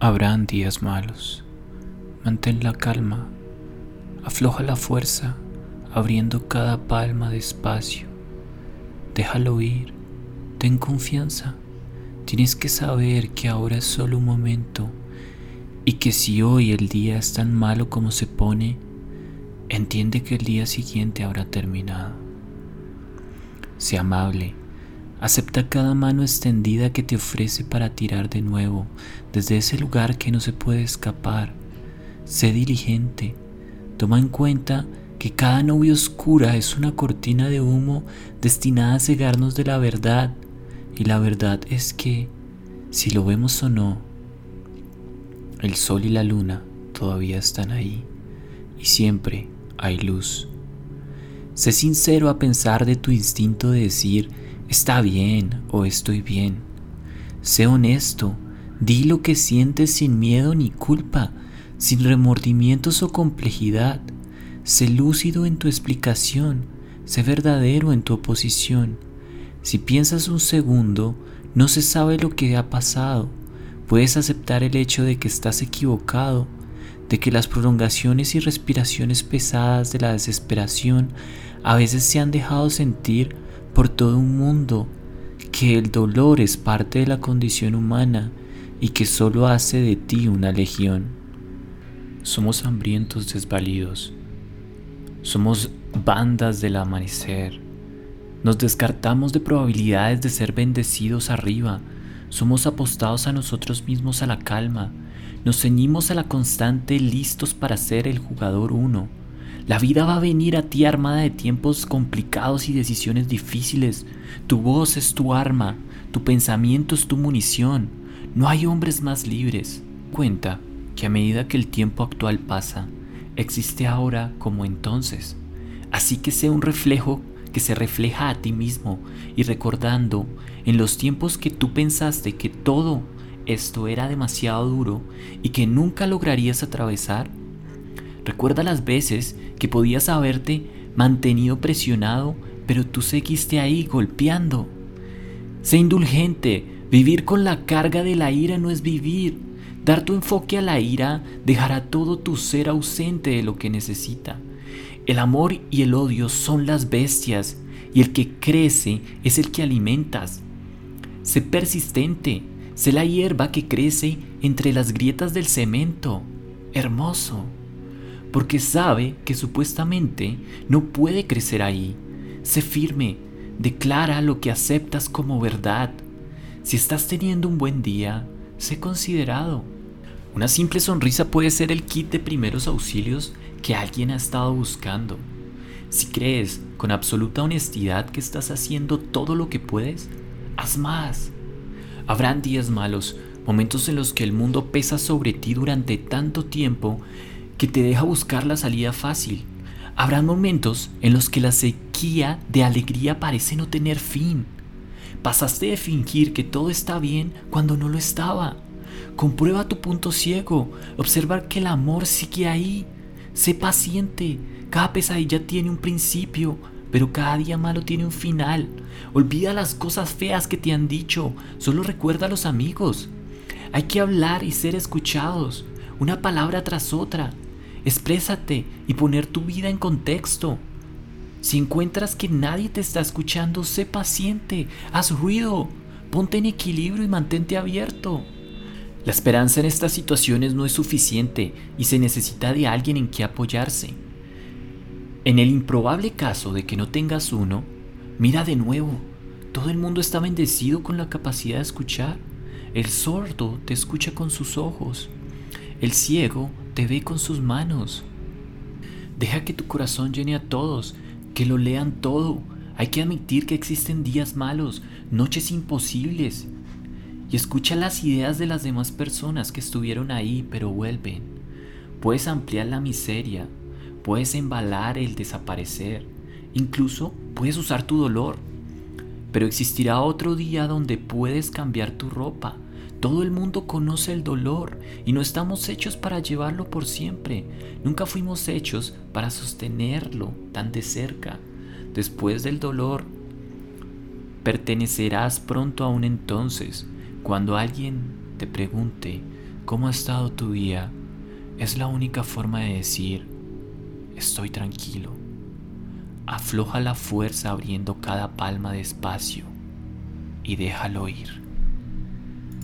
Habrán días malos. Mantén la calma, afloja la fuerza, abriendo cada palma despacio. Déjalo ir, ten confianza. Tienes que saber que ahora es solo un momento y que si hoy el día es tan malo como se pone, entiende que el día siguiente habrá terminado. Sé amable. Acepta cada mano extendida que te ofrece para tirar de nuevo desde ese lugar que no se puede escapar. Sé diligente. Toma en cuenta que cada nube oscura es una cortina de humo destinada a cegarnos de la verdad. Y la verdad es que, si lo vemos o no, el sol y la luna todavía están ahí. Y siempre hay luz. Sé sincero a pesar de tu instinto de decir está bien o estoy bien. Sé honesto, di lo que sientes sin miedo ni culpa, sin remordimientos o complejidad. Sé lúcido en tu explicación, sé verdadero en tu oposición. Si piensas un segundo, no se sabe lo que ha pasado. Puedes aceptar el hecho de que estás equivocado, de que las prolongaciones y respiraciones pesadas de la desesperación a veces se han dejado sentir por todo un mundo, que el dolor es parte de la condición humana y que solo hace de ti una legión. Somos hambrientos desvalidos, somos bandas del amanecer, nos descartamos de probabilidades de ser bendecidos arriba, somos apostados a nosotros mismos a la calma, nos ceñimos a la constante listos para ser el jugador uno. La vida va a venir a ti armada de tiempos complicados y decisiones difíciles. Tu voz es tu arma, tu pensamiento es tu munición. No hay hombres más libres. Cuenta que a medida que el tiempo actual pasa, existe ahora como entonces. Así que sé un reflejo que se refleja a ti mismo y recordando en los tiempos que tú pensaste que todo esto era demasiado duro y que nunca lograrías atravesar. Recuerda las veces que podías haberte mantenido presionado, pero tú seguiste ahí golpeando. Sé indulgente. Vivir con la carga de la ira no es vivir. Dar tu enfoque a la ira dejará todo tu ser ausente de lo que necesita. El amor y el odio son las bestias y el que crece es el que alimentas. Sé persistente. Sé la hierba que crece entre las grietas del cemento. Hermoso. Porque sabe que supuestamente no puede crecer ahí. Sé firme, declara lo que aceptas como verdad. Si estás teniendo un buen día, sé considerado. Una simple sonrisa puede ser el kit de primeros auxilios que alguien ha estado buscando. Si crees con absoluta honestidad que estás haciendo todo lo que puedes, haz más. Habrán días malos, momentos en los que el mundo pesa sobre ti durante tanto tiempo que te deja buscar la salida fácil. Habrán momentos en los que la sequía de alegría parece no tener fin. Pasaste de fingir que todo está bien cuando no lo estaba. Comprueba tu punto ciego, observa que el amor sigue ahí. Sé paciente, cada pesadilla tiene un principio, pero cada día malo tiene un final. Olvida las cosas feas que te han dicho, solo recuerda a los amigos. Hay que hablar y ser escuchados, una palabra tras otra. Exprésate y poner tu vida en contexto. Si encuentras que nadie te está escuchando, sé paciente, haz ruido, ponte en equilibrio y mantente abierto. La esperanza en estas situaciones no es suficiente y se necesita de alguien en que apoyarse. En el improbable caso de que no tengas uno, mira de nuevo. Todo el mundo está bendecido con la capacidad de escuchar. El sordo te escucha con sus ojos. El ciego te ve con sus manos. Deja que tu corazón llene a todos, que lo lean todo. Hay que admitir que existen días malos, noches imposibles. Y escucha las ideas de las demás personas que estuvieron ahí pero vuelven. Puedes ampliar la miseria, puedes embalar el desaparecer, incluso puedes usar tu dolor. Pero existirá otro día donde puedes cambiar tu ropa. Todo el mundo conoce el dolor y no estamos hechos para llevarlo por siempre. Nunca fuimos hechos para sostenerlo tan de cerca. Después del dolor, pertenecerás pronto a un entonces, cuando alguien te pregunte, ¿Cómo ha estado tu día? Es la única forma de decir, estoy tranquilo. Afloja la fuerza abriendo cada palma despacio y déjalo ir.